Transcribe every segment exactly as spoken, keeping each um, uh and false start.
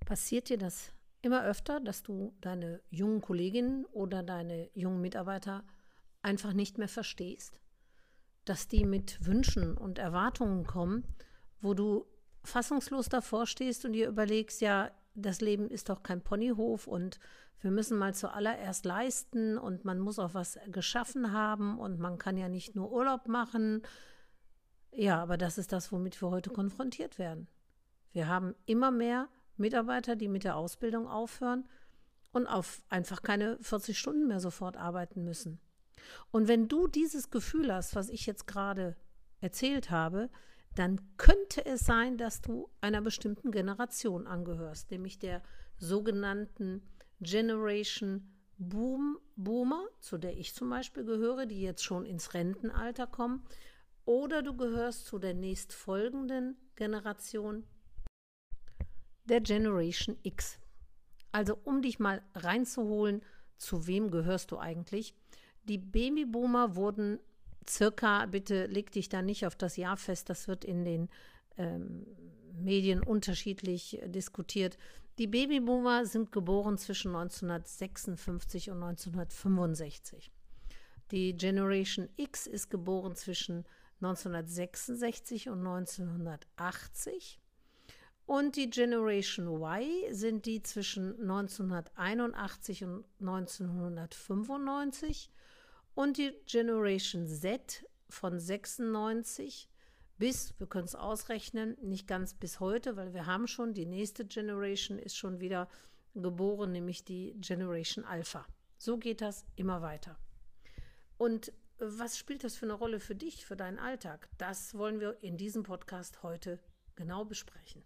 Passiert dir das immer öfter, dass du deine jungen Kolleginnen oder deine jungen Mitarbeiter einfach nicht mehr verstehst? Dass die mit Wünschen und Erwartungen kommen, wo du fassungslos davor stehst und dir überlegst, ja, das Leben ist doch kein Ponyhof und wir müssen mal zuallererst leisten und man muss auch was geschaffen haben und man kann ja nicht nur Urlaub machen. Ja, aber das ist das, womit wir heute konfrontiert werden. Wir haben immer mehr Mitarbeiter, die mit der Ausbildung aufhören und auf einfach keine vierzig Stunden mehr sofort arbeiten müssen. Und wenn du dieses Gefühl hast, was ich jetzt gerade erzählt habe, dann könnte es sein, dass du einer bestimmten Generation angehörst, nämlich der sogenannten Generation Boom, Boomer, zu der ich zum Beispiel gehöre, die jetzt schon ins Rentenalter kommen, oder du gehörst zu der nächstfolgenden Generation, der Generation X. Also um dich mal reinzuholen, zu wem gehörst du eigentlich? Die Babyboomer wurden circa, bitte leg dich da nicht auf das Jahr fest, das wird in den ähm, Medien unterschiedlich äh, diskutiert. Die Babyboomer sind geboren zwischen neunzehnhundertsechsundfünfzig und neunzehnhundertfünfundsechzig. Die Generation X ist geboren zwischen neunzehnhundertsechsundsechzig und neunzehnhundertachtzig. Und die Generation Y sind die zwischen neunzehnhunderteinundachtzig und neunzehnhundertfünfundneunzig. Und die Generation Z von sechsundneunzig bis, wir können es ausrechnen, nicht ganz bis heute, weil wir haben schon, die nächste Generation ist schon wieder geboren, nämlich die Generation Alpha. So geht das immer weiter. Und was spielt das für eine Rolle für dich, für deinen Alltag? Das wollen wir in diesem Podcast heute genau besprechen.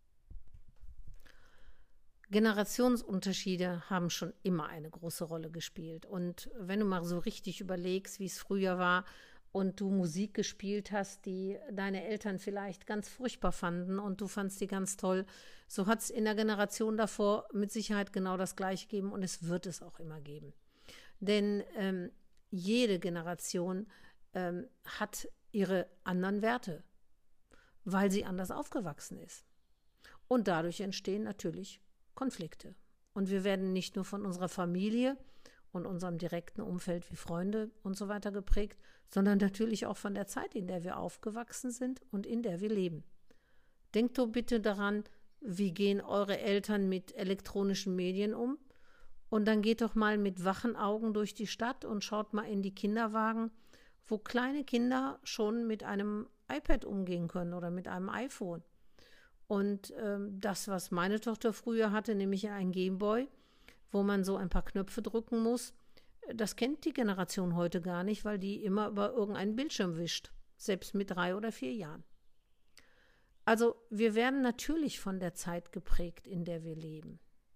Generationsunterschiede haben schon immer eine große Rolle gespielt. Und wenn du mal so richtig überlegst, wie es früher war und du Musik gespielt hast, die deine Eltern vielleicht ganz furchtbar fanden und du fandst die ganz toll, so hat es in der Generation davor mit Sicherheit genau das Gleiche gegeben und es wird es auch immer geben. Denn ähm, jede Generation ähm, hat ihre anderen Werte, weil sie anders aufgewachsen ist. Und dadurch entstehen natürlich Konflikte. Und wir werden nicht nur von unserer Familie und unserem direkten Umfeld wie Freunde und so weiter geprägt, sondern natürlich auch von der Zeit, in der wir aufgewachsen sind und in der wir leben. Denkt doch bitte daran, wie gehen eure Eltern mit elektronischen Medien um? Und dann geht doch mal mit wachen Augen durch die Stadt und schaut mal in die Kinderwagen, wo kleine Kinder schon mit einem iPad umgehen können oder mit einem iPhone. Und ähm, das, was meine Tochter früher hatte, nämlich ein Gameboy, wo man so ein paar Knöpfe drücken muss, das kennt die Generation heute gar nicht, weil die immer über irgendeinen Bildschirm wischt, selbst mit drei oder vier Jahren. Also wir werden natürlich von der Zeit geprägt, in der wir leben.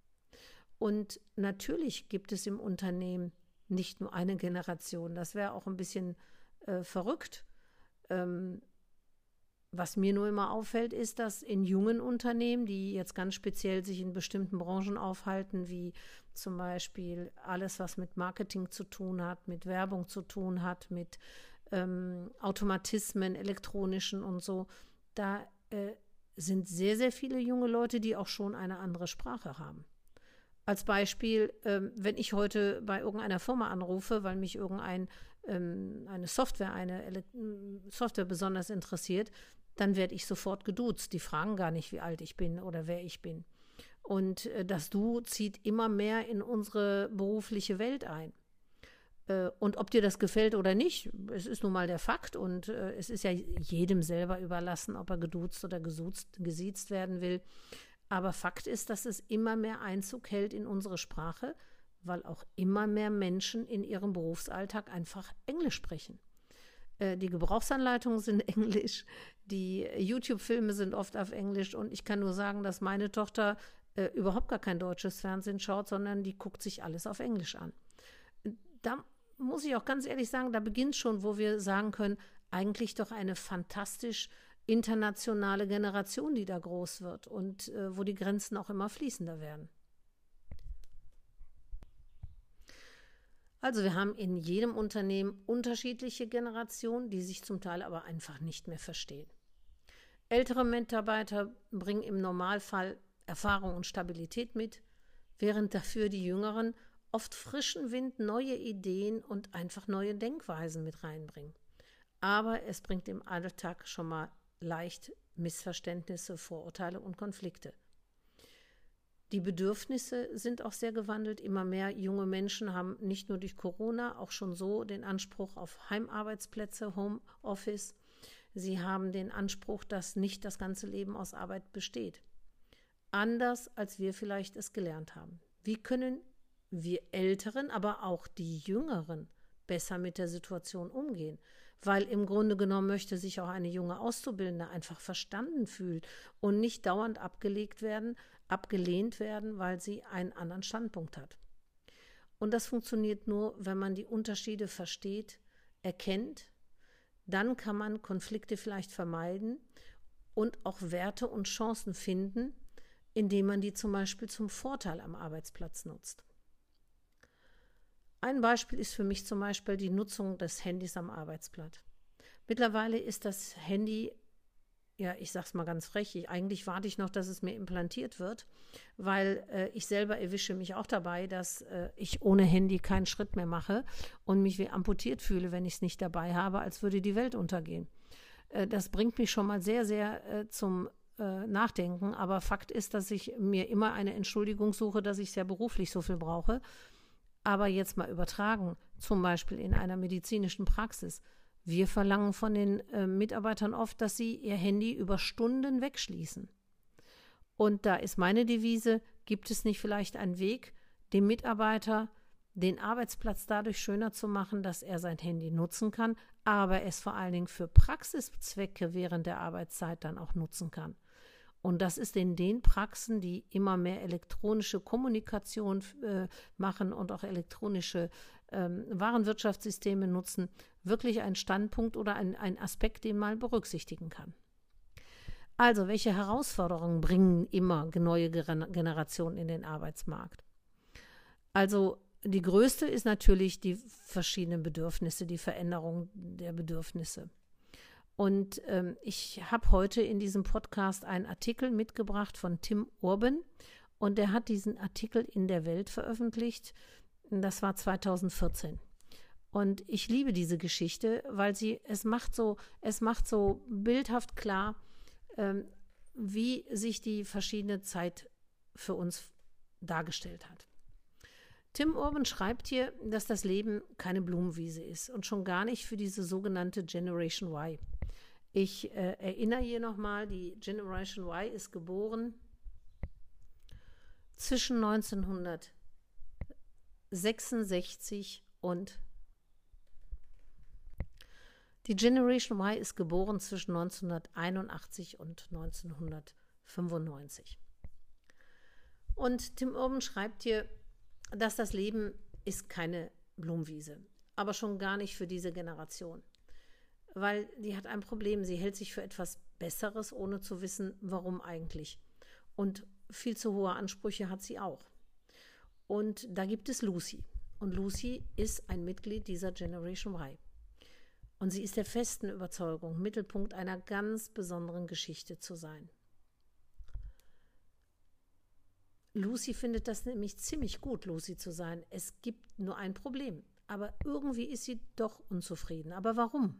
Und natürlich gibt es im Unternehmen nicht nur eine Generation. Das wäre auch ein bisschen äh, verrückt. Ähm, Was mir nur immer auffällt, ist, dass in jungen Unternehmen, die jetzt ganz speziell sich in bestimmten Branchen aufhalten, wie zum Beispiel alles, was mit Marketing zu tun hat, mit Werbung zu tun hat, mit ähm, Automatismen, elektronischen und so, da äh, sind sehr, sehr viele junge Leute, die auch schon eine andere Sprache haben. Als Beispiel, ähm, wenn ich heute bei irgendeiner Firma anrufe, weil mich irgendeine ähm, eine Software, eine Ele- Software besonders interessiert, dann werde ich sofort geduzt. Die fragen gar nicht, wie alt ich bin oder wer ich bin. Und äh, das Du zieht immer mehr in unsere berufliche Welt ein. Äh, und ob dir das gefällt oder nicht, es ist nun mal der Fakt und äh, es ist ja jedem selber überlassen, ob er geduzt oder gesuzt, gesiezt werden will. Aber Fakt ist, dass es immer mehr Einzug hält in unsere Sprache, weil auch immer mehr Menschen in ihrem Berufsalltag einfach Englisch sprechen. Die Gebrauchsanleitungen sind Englisch, die YouTube-Filme sind oft auf Englisch und ich kann nur sagen, dass meine Tochter äh, überhaupt gar kein deutsches Fernsehen schaut, sondern die guckt sich alles auf Englisch an. Da muss ich auch ganz ehrlich sagen, da beginnt schon, wo wir sagen können, eigentlich doch eine fantastisch internationale Generation, die da groß wird und äh, wo die Grenzen auch immer fließender werden. Also wir haben in jedem Unternehmen unterschiedliche Generationen, die sich zum Teil aber einfach nicht mehr verstehen. Ältere Mitarbeiter bringen im Normalfall Erfahrung und Stabilität mit, während dafür die Jüngeren oft frischen Wind, neue Ideen und einfach neue Denkweisen mit reinbringen. Aber es bringt im Alltag schon mal leicht Missverständnisse, Vorurteile und Konflikte. Die Bedürfnisse sind auch sehr gewandelt. Immer mehr junge Menschen haben nicht nur durch Corona auch schon so den Anspruch auf Heimarbeitsplätze, Homeoffice. Sie haben den Anspruch, dass nicht das ganze Leben aus Arbeit besteht. Anders, als wir vielleicht es gelernt haben. Wie können wir Älteren, aber auch die Jüngeren besser mit der Situation umgehen? Weil im Grunde genommen möchte sich auch eine junge Auszubildende einfach verstanden fühlen und nicht dauernd abgelegt werden, abgelehnt werden, weil sie einen anderen Standpunkt hat. Und das funktioniert nur, wenn man die Unterschiede versteht, erkennt. Dann kann man Konflikte vielleicht vermeiden und auch Werte und Chancen finden, indem man die zum Beispiel zum Vorteil am Arbeitsplatz nutzt. Ein Beispiel ist für mich zum Beispiel die Nutzung des Handys am Arbeitsplatz. Mittlerweile ist das Handy, ja, ich sag's mal ganz frech, ich, eigentlich warte ich noch, dass es mir implantiert wird, weil äh, ich selber erwische mich auch dabei, dass äh, ich ohne Handy keinen Schritt mehr mache und mich wie amputiert fühle, wenn ich es nicht dabei habe, als würde die Welt untergehen. Äh, das bringt mich schon mal sehr, sehr äh, zum äh, Nachdenken, aber Fakt ist, dass ich mir immer eine Entschuldigung suche, dass ich sehr beruflich so viel brauche. Aber jetzt mal übertragen, zum Beispiel in einer medizinischen Praxis. Wir verlangen von den äh, Mitarbeitern oft, dass sie ihr Handy über Stunden wegschließen. Und da ist meine Devise, gibt es nicht vielleicht einen Weg, dem Mitarbeiter den Arbeitsplatz dadurch schöner zu machen, dass er sein Handy nutzen kann, aber es vor allen Dingen für Praxiszwecke während der Arbeitszeit dann auch nutzen kann. Und das ist in den Praxen, die immer mehr elektronische Kommunikation äh, machen und auch elektronische ähm, Warenwirtschaftssysteme nutzen, wirklich ein Standpunkt oder ein, ein Aspekt, den man berücksichtigen kann. Also, welche Herausforderungen bringen immer neue Generationen in den Arbeitsmarkt? Also, die größte ist natürlich die verschiedenen Bedürfnisse, die Veränderung der Bedürfnisse. Und ähm, ich habe heute in diesem Podcast einen Artikel mitgebracht von Tim Urban und der hat diesen Artikel in der Welt veröffentlicht. Das war zweitausendvierzehn. Und ich liebe diese Geschichte, weil sie es macht so, es macht so bildhaft klar, ähm, wie sich die verschiedene Zeit für uns dargestellt hat. Tim Urban schreibt hier, dass das Leben keine Blumenwiese ist und schon gar nicht für diese sogenannte Generation Y. Ich äh, erinnere hier nochmal, die Generation Y ist geboren zwischen neunzehnhundertsechsundsechzig und die Generation Y ist geboren zwischen neunzehnhunderteinundachtzig und neunzehnhundertfünfundneunzig. Und Tim Urban schreibt hier, dass das Leben ist keine Blumenwiese, aber schon gar nicht für diese Generation. Weil die hat ein Problem, sie hält sich für etwas Besseres, ohne zu wissen, warum eigentlich. Und viel zu hohe Ansprüche hat sie auch. Und da gibt es Lucy. Und Lucy ist ein Mitglied dieser Generation Y. Und sie ist der festen Überzeugung, Mittelpunkt einer ganz besonderen Geschichte zu sein. Lucy findet das nämlich ziemlich gut, Lucy zu sein. Es gibt nur ein Problem, aber irgendwie ist sie doch unzufrieden. Aber warum?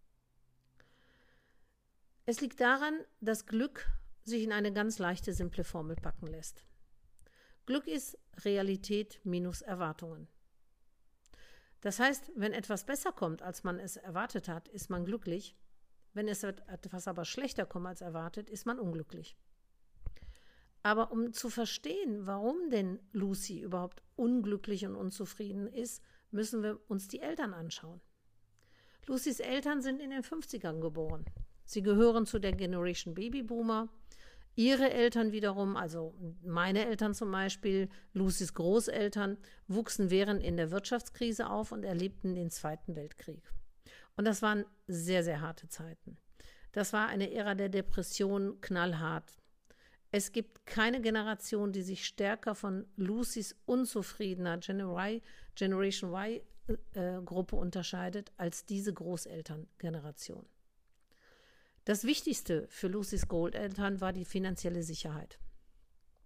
Es liegt daran, dass Glück sich in eine ganz leichte, simple Formel packen lässt. Glück ist Realität minus Erwartungen. Das heißt, wenn etwas besser kommt, als man es erwartet hat, ist man glücklich. Wenn es etwas aber schlechter kommt als erwartet, ist man unglücklich. Aber um zu verstehen, warum denn Lucy überhaupt unglücklich und unzufrieden ist, müssen wir uns die Eltern anschauen. Lucys Eltern sind in den fünfzigern geboren. Sie gehören zu der Generation Babyboomer. Ihre Eltern wiederum, also meine Eltern zum Beispiel, Lucys Großeltern, wuchsen während in der Wirtschaftskrise auf und erlebten den Zweiten Weltkrieg. Und das waren sehr, sehr harte Zeiten. Das war eine Ära der Depression, knallhart. Es gibt keine Generation, die sich stärker von Lucys unzufriedener Generation Y-Gruppe unterscheidet, als diese Großelterngeneration. Das Wichtigste für Lucys Großeltern war die finanzielle Sicherheit.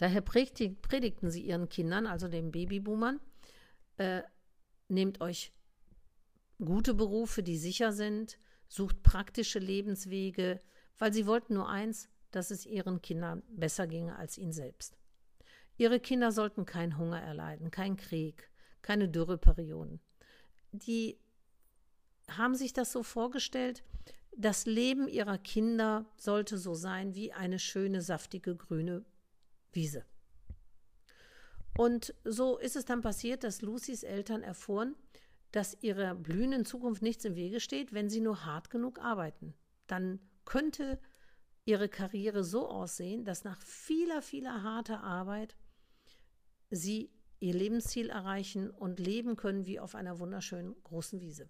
Daher predigten sie ihren Kindern, also den Babyboomern, äh, nehmt euch gute Berufe, die sicher sind, sucht praktische Lebenswege, weil sie wollten nur eins, dass es ihren Kindern besser ginge als ihnen selbst. Ihre Kinder sollten keinen Hunger erleiden, keinen Krieg, keine Dürreperioden. Die haben sich das so vorgestellt, das Leben ihrer Kinder sollte so sein wie eine schöne, saftige, grüne Wiese. Und so ist es dann passiert, dass Lucys Eltern erfuhren, dass ihrer blühenden Zukunft nichts im Wege steht, wenn sie nur hart genug arbeiten. Dann könnte ihre Karriere so aussehen, dass nach vieler, vieler harter Arbeit sie ihr Lebensziel erreichen und leben können wie auf einer wunderschönen großen Wiese.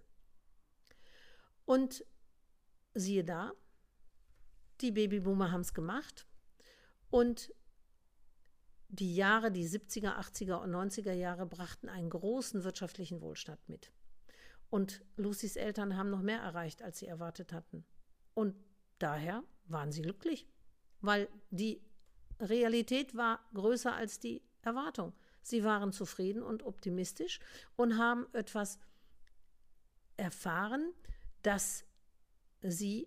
Und siehe da, die Babyboomer haben es gemacht und die Jahre, die siebziger, achtziger und neunziger Jahre brachten einen großen wirtschaftlichen Wohlstand mit. Und Lucys Eltern haben noch mehr erreicht, als sie erwartet hatten. Und daher waren sie glücklich, weil die Realität war größer als die Erwartung. Sie waren zufrieden und optimistisch und haben etwas erfahren, dass sie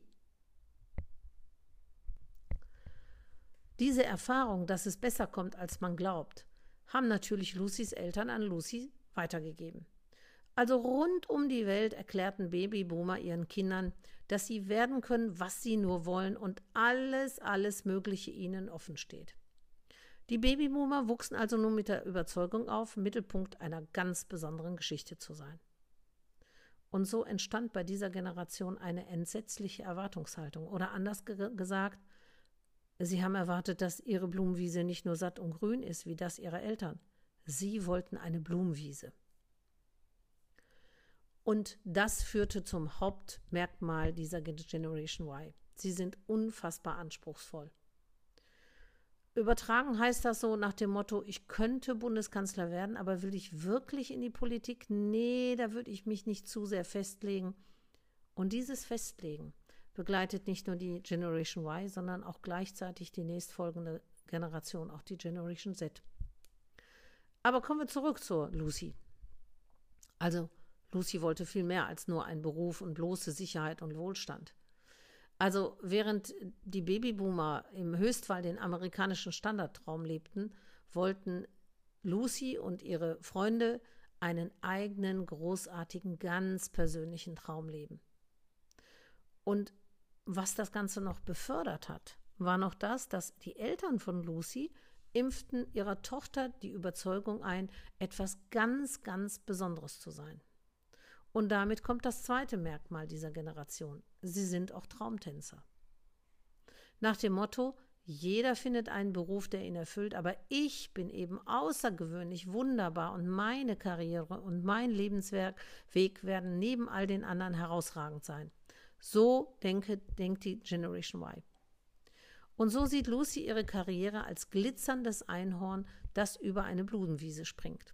diese Erfahrung, dass es besser kommt, als man glaubt, haben natürlich Lucys Eltern an Lucy weitergegeben. Also rund um die Welt erklärten Babyboomer ihren Kindern, dass sie werden können, was sie nur wollen und alles, alles Mögliche ihnen offen steht. Die Babyboomer wuchsen also nun mit der Überzeugung auf, Mittelpunkt einer ganz besonderen Geschichte zu sein. Und so entstand bei dieser Generation eine entsetzliche Erwartungshaltung. Oder anders ge- gesagt, sie haben erwartet, dass ihre Blumenwiese nicht nur satt und grün ist, wie das ihrer Eltern. Sie wollten eine Blumenwiese. Und das führte zum Hauptmerkmal dieser Generation Y. Sie sind unfassbar anspruchsvoll. Übertragen heißt das so nach dem Motto, ich könnte Bundeskanzler werden, aber will ich wirklich in die Politik? Nee, da würde ich mich nicht zu sehr festlegen. Und dieses Festlegen begleitet nicht nur die Generation Y, sondern auch gleichzeitig die nächstfolgende Generation, auch die Generation Z. Aber kommen wir zurück zur Lucy. Also Lucy wollte viel mehr als nur einen Beruf und bloße Sicherheit und Wohlstand. Also während die Babyboomer im Höchstfall den amerikanischen Standardtraum lebten, wollten Lucy und ihre Freunde einen eigenen, großartigen, ganz persönlichen Traum leben. Und was das Ganze noch befördert hat, war noch das, dass die Eltern von Lucy impften ihrer Tochter die Überzeugung ein, etwas ganz, ganz Besonderes zu sein. Und damit kommt das zweite Merkmal dieser Generation. Sie sind auch Traumtänzer. Nach dem Motto, jeder findet einen Beruf, der ihn erfüllt, aber ich bin eben außergewöhnlich wunderbar und meine Karriere und mein Lebensweg werden neben all den anderen herausragend sein. So denke, denkt die Generation Y. Und so sieht Lucy ihre Karriere als glitzerndes Einhorn, das über eine Blumenwiese springt.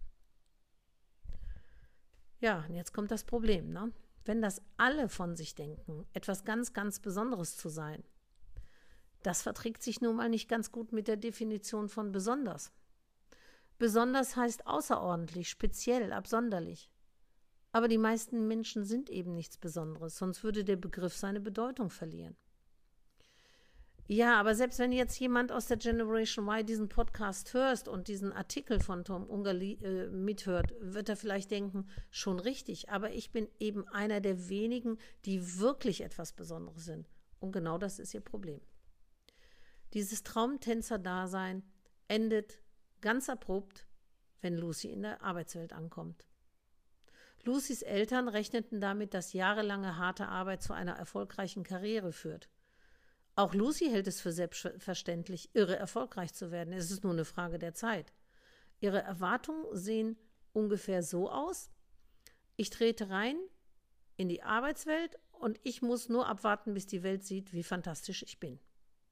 Ja, und jetzt kommt das Problem, ne? Wenn das alle von sich denken, etwas ganz, ganz Besonderes zu sein, das verträgt sich nun mal nicht ganz gut mit der Definition von besonders. Besonders heißt außerordentlich, speziell, absonderlich. Aber die meisten Menschen sind eben nichts Besonderes, sonst würde der Begriff seine Bedeutung verlieren. Ja, aber selbst wenn jetzt jemand aus der Generation Y diesen Podcast hört und diesen Artikel von Tom Ungerli äh, mithört, wird er vielleicht denken, schon richtig. Aber ich bin eben einer der wenigen, die wirklich etwas Besonderes sind. Und genau das ist ihr Problem. Dieses Traumtänzer-Dasein endet ganz abrupt, wenn Lucy in der Arbeitswelt ankommt. Lucys Eltern rechneten damit, dass jahrelange harte Arbeit zu einer erfolgreichen Karriere führt. Auch Lucy hält es für selbstverständlich, irre erfolgreich zu werden. Es ist nur eine Frage der Zeit. Ihre Erwartungen sehen ungefähr so aus: Ich trete rein in die Arbeitswelt und ich muss nur abwarten, bis die Welt sieht, wie fantastisch ich bin.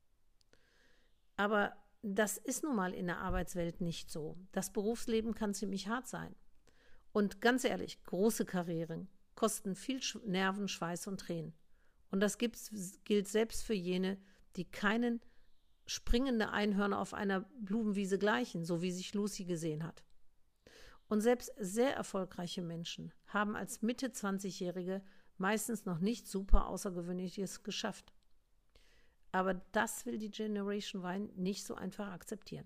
Aber das ist nun mal in der Arbeitswelt nicht so. Das Berufsleben kann ziemlich hart sein. Und ganz ehrlich, große Karrieren kosten viel Nerven, Schweiß und Tränen. Und das gilt selbst für jene, die keinen springende Einhörner auf einer Blumenwiese gleichen, so wie sich Lucy gesehen hat. Und selbst sehr erfolgreiche Menschen haben als Mitte zwanzigjährige meistens noch nicht super Außergewöhnliches geschafft. Aber das will die Generation Y nicht so einfach akzeptieren.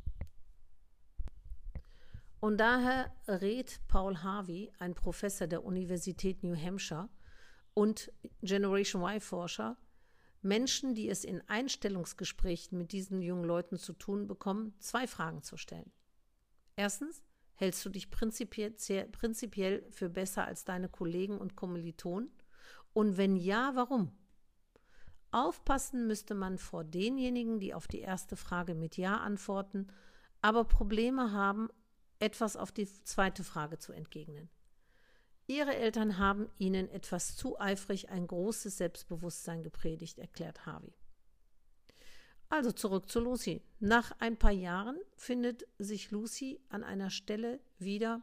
Und daher rät Paul Harvey, ein Professor der Universität New Hampshire und Generation Y-Forscher, Menschen, die es in Einstellungsgesprächen mit diesen jungen Leuten zu tun bekommen, zwei Fragen zu stellen. Erstens, hältst du dich prinzipiell, prinzipiell für besser als deine Kollegen und Kommilitonen? Und wenn ja, warum? Aufpassen müsste man vor denjenigen, die auf die erste Frage mit Ja antworten, aber Probleme haben, etwas auf die zweite Frage zu entgegnen. Ihre Eltern haben ihnen etwas zu eifrig ein großes Selbstbewusstsein gepredigt, erklärt Harvey. Also zurück zu Lucy. Nach ein paar Jahren findet sich Lucy an einer Stelle wieder,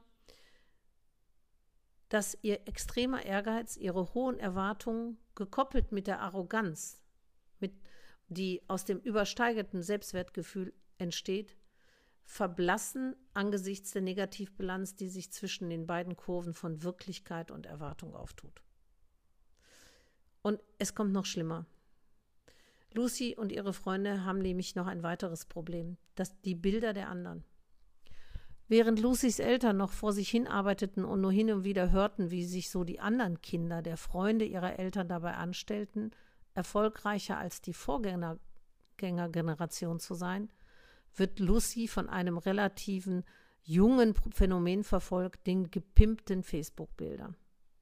dass ihr extremer Ehrgeiz, ihre hohen Erwartungen, gekoppelt mit der Arroganz, mit, die aus dem übersteigerten Selbstwertgefühl entsteht, verblassen angesichts der Negativbilanz, die sich zwischen den beiden Kurven von Wirklichkeit und Erwartung auftut. Und es kommt noch schlimmer. Lucy und ihre Freunde haben nämlich noch ein weiteres Problem, das die Bilder der anderen. Während Lucys Eltern noch vor sich hinarbeiteten und nur hin und wieder hörten, wie sich so die anderen Kinder der Freunde ihrer Eltern dabei anstellten, erfolgreicher als die Vorgängergeneration zu sein, wird Lucy von einem relativen jungen Phänomen verfolgt, den gepimpten Facebook-Bildern.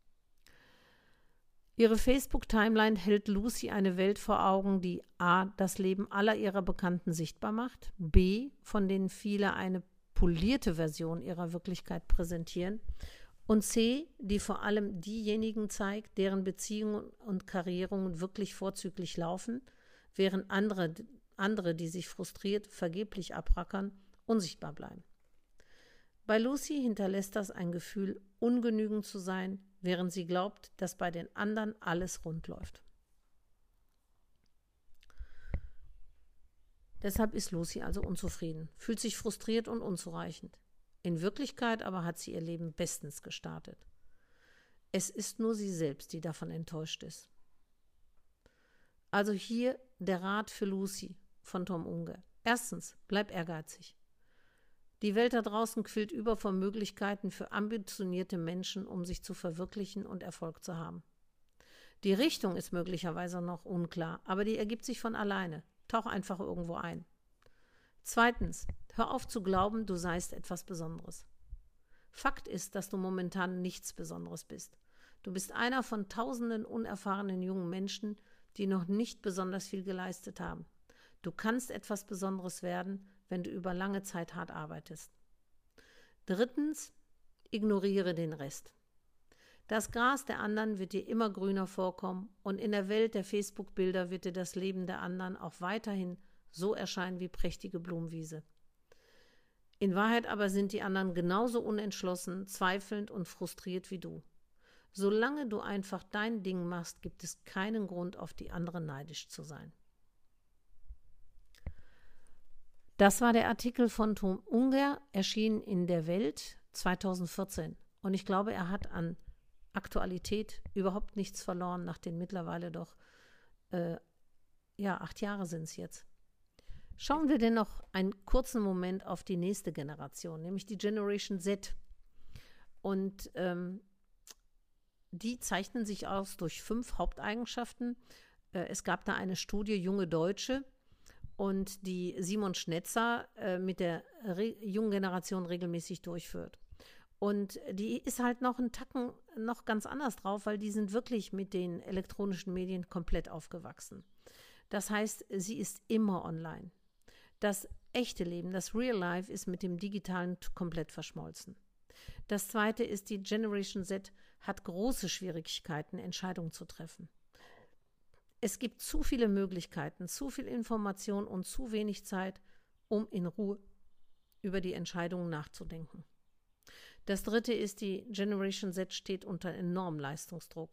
Ihre Facebook-Timeline hält Lucy eine Welt vor Augen, die a. das Leben aller ihrer Bekannten sichtbar macht, b. von denen viele eine polierte Version ihrer Wirklichkeit präsentieren und c. die vor allem diejenigen zeigt, deren Beziehungen und Karrieren wirklich vorzüglich laufen, während andere Andere, die sich frustriert, vergeblich abrackern, unsichtbar bleiben. Bei Lucy hinterlässt das ein Gefühl, ungenügend zu sein, während sie glaubt, dass bei den anderen alles rund läuft. Deshalb ist Lucy also unzufrieden, fühlt sich frustriert und unzureichend. In Wirklichkeit aber hat sie ihr Leben bestens gestartet. Es ist nur sie selbst, die davon enttäuscht ist. Also hier der Rat für Lucy von Tom Ungar. Erstens, bleib ehrgeizig. Die Welt da draußen quillt über von Möglichkeiten für ambitionierte Menschen, um sich zu verwirklichen und Erfolg zu haben. Die Richtung ist möglicherweise noch unklar, aber die ergibt sich von alleine. Tauch einfach irgendwo ein. Zweitens, hör auf zu glauben, du seist etwas Besonderes. Fakt ist, dass du momentan nichts Besonderes bist. Du bist einer von tausenden unerfahrenen jungen Menschen, die noch nicht besonders viel geleistet haben. Du kannst etwas Besonderes werden, wenn du über lange Zeit hart arbeitest. Drittens, ignoriere den Rest. Das Gras der anderen wird dir immer grüner vorkommen und in der Welt der Facebook-Bilder wird dir das Leben der anderen auch weiterhin so erscheinen wie prächtige Blumenwiese. In Wahrheit aber sind die anderen genauso unentschlossen, zweifelnd und frustriert wie du. Solange du einfach dein Ding machst, gibt es keinen Grund, auf die anderen neidisch zu sein. Das war der Artikel von Tom Ungar, erschienen in der Welt zweitausendvierzehn. Und ich glaube, er hat an Aktualität überhaupt nichts verloren, nach den mittlerweile doch, äh, ja, acht Jahre sind es jetzt. Schauen wir denn noch einen kurzen Moment auf die nächste Generation, nämlich die Generation Z. Und ähm, die zeichnen sich aus durch fünf Haupteigenschaften. Äh, es gab da eine Studie Junge Deutsche, und die Simon Schnetzer äh, mit der Re- jungen Generation regelmäßig durchführt. Und die ist halt noch einen Tacken noch ganz anders drauf, weil die sind wirklich mit den elektronischen Medien komplett aufgewachsen. Das heißt, sie ist immer online. Das echte Leben, das Real Life, ist mit dem Digitalen komplett verschmolzen. Das zweite ist, die Generation Z hat große Schwierigkeiten, Entscheidungen zu treffen. Es gibt zu viele Möglichkeiten, zu viel Information und zu wenig Zeit, um in Ruhe über die Entscheidungen nachzudenken. Das dritte ist, die Generation Z steht unter enormem Leistungsdruck,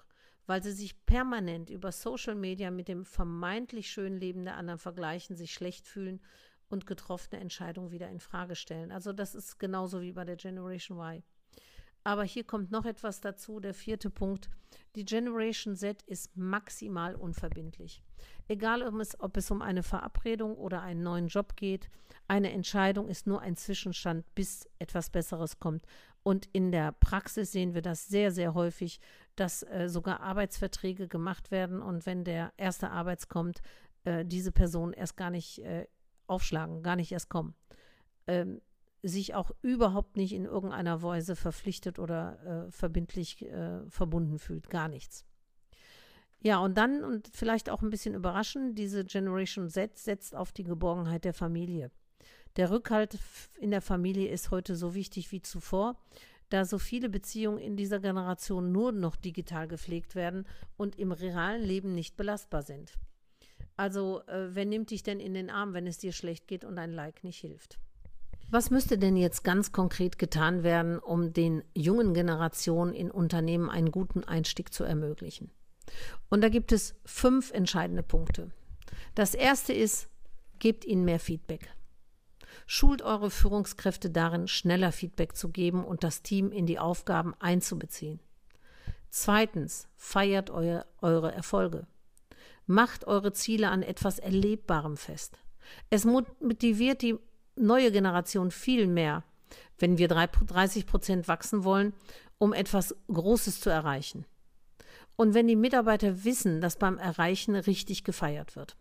weil sie sich permanent über Social Media mit dem vermeintlich schönen Leben der anderen vergleichen, sich schlecht fühlen und getroffene Entscheidungen wieder in Frage stellen. Also das ist genauso wie bei der Generation Y. Aber hier kommt noch etwas dazu, der vierte Punkt. Die Generation Z ist maximal unverbindlich. Egal, ob es, ob es um eine Verabredung oder einen neuen Job geht, eine Entscheidung ist nur ein Zwischenstand, bis etwas Besseres kommt. Und in der Praxis sehen wir das sehr, sehr häufig, dass äh, sogar Arbeitsverträge gemacht werden und wenn der erste Arbeits kommt, äh, diese Personen erst gar nicht äh, aufschlagen, gar nicht erst kommen. Ähm, sich auch überhaupt nicht in irgendeiner Weise verpflichtet oder äh, verbindlich äh, verbunden fühlt, gar nichts. Ja, und dann, und vielleicht auch ein bisschen überraschend, diese Generation Z setzt auf die Geborgenheit der Familie. Der Rückhalt in der Familie ist heute so wichtig wie zuvor, da so viele Beziehungen in dieser Generation nur noch digital gepflegt werden und im realen Leben nicht belastbar sind. Also, äh, wer nimmt dich denn in den Arm, wenn es dir schlecht geht und ein Like nicht hilft? Was müsste denn jetzt ganz konkret getan werden, um den jungen Generationen in Unternehmen einen guten Einstieg zu ermöglichen? Und da gibt es fünf entscheidende Punkte. Das erste ist, gebt ihnen mehr Feedback. Schult eure Führungskräfte darin, schneller Feedback zu geben und das Team in die Aufgaben einzubeziehen. Zweitens, feiert euer, eure Erfolge. Macht eure Ziele an etwas Erlebbarem fest. Es motiviert die neue Generation viel mehr, wenn wir dreißig Prozent wachsen wollen, um etwas Großes zu erreichen. Und wenn die Mitarbeiter wissen, dass beim Erreichen richtig gefeiert wird.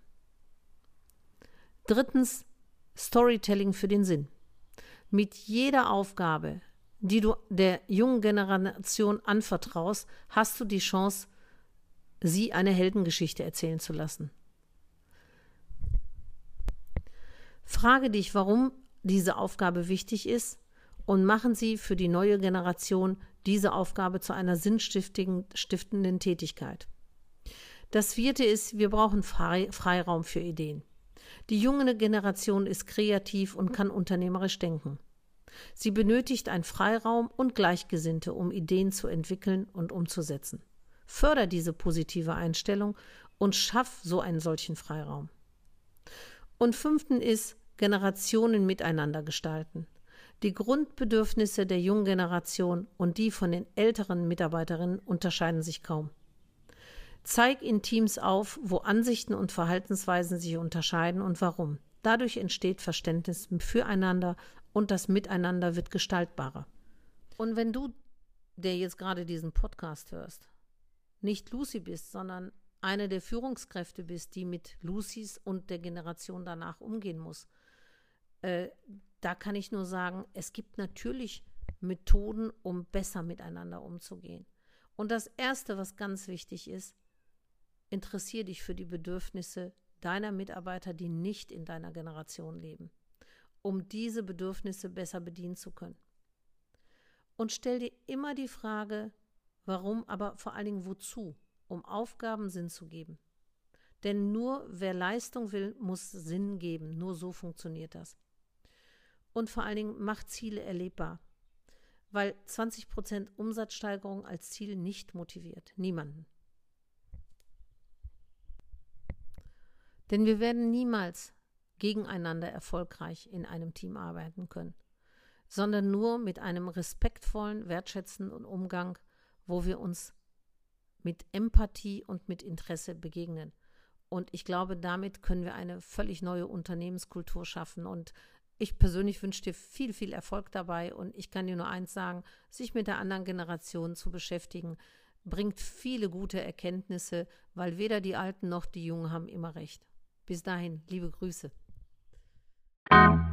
Drittens, Storytelling für den Sinn. Mit jeder Aufgabe, die du der jungen Generation anvertraust, hast du die Chance, sie eine Heldengeschichte erzählen zu lassen. Frage dich, warum diese Aufgabe wichtig ist und machen sie für die neue Generation diese Aufgabe zu einer sinnstiftenden Tätigkeit. Das vierte ist, wir brauchen Freiraum für Ideen. Die junge Generation ist kreativ und kann unternehmerisch denken. Sie benötigt einen Freiraum und Gleichgesinnte, um Ideen zu entwickeln und umzusetzen. Förder diese positive Einstellung und schaff so einen solchen Freiraum. Und fünften ist, Generationen miteinander gestalten. Die Grundbedürfnisse der jungen Generation und die von den älteren Mitarbeiterinnen unterscheiden sich kaum. Zeig in Teams auf, wo Ansichten und Verhaltensweisen sich unterscheiden und warum. Dadurch entsteht Verständnis füreinander und das Miteinander wird gestaltbarer. Und wenn du, der jetzt gerade diesen Podcast hörst, nicht Lucy bist, sondern eine der Führungskräfte bist, die mit Lucys und der Generation danach umgehen muss, äh, da kann ich nur sagen, es gibt natürlich Methoden, um besser miteinander umzugehen. Und das Erste, was ganz wichtig ist, interessiere dich für die Bedürfnisse deiner Mitarbeiter, die nicht in deiner Generation leben, um diese Bedürfnisse besser bedienen zu können. Und stell dir immer die Frage, warum, aber vor allen Dingen wozu, um Aufgaben Sinn zu geben. Denn nur wer Leistung will, muss Sinn geben. Nur so funktioniert das. Und vor allen Dingen macht Ziele erlebbar, weil zwanzig Prozent Umsatzsteigerung als Ziel nicht motiviert. Niemanden. Denn wir werden niemals gegeneinander erfolgreich in einem Team arbeiten können, sondern nur mit einem respektvollen, wertschätzenden Umgang, wo wir uns mit Empathie und mit Interesse begegnen. Und ich glaube, damit können wir eine völlig neue Unternehmenskultur schaffen. Und ich persönlich wünsche dir viel, viel Erfolg dabei. Und ich kann dir nur eins sagen, sich mit der anderen Generation zu beschäftigen, bringt viele gute Erkenntnisse, weil weder die Alten noch die Jungen haben immer recht. Bis dahin, liebe Grüße.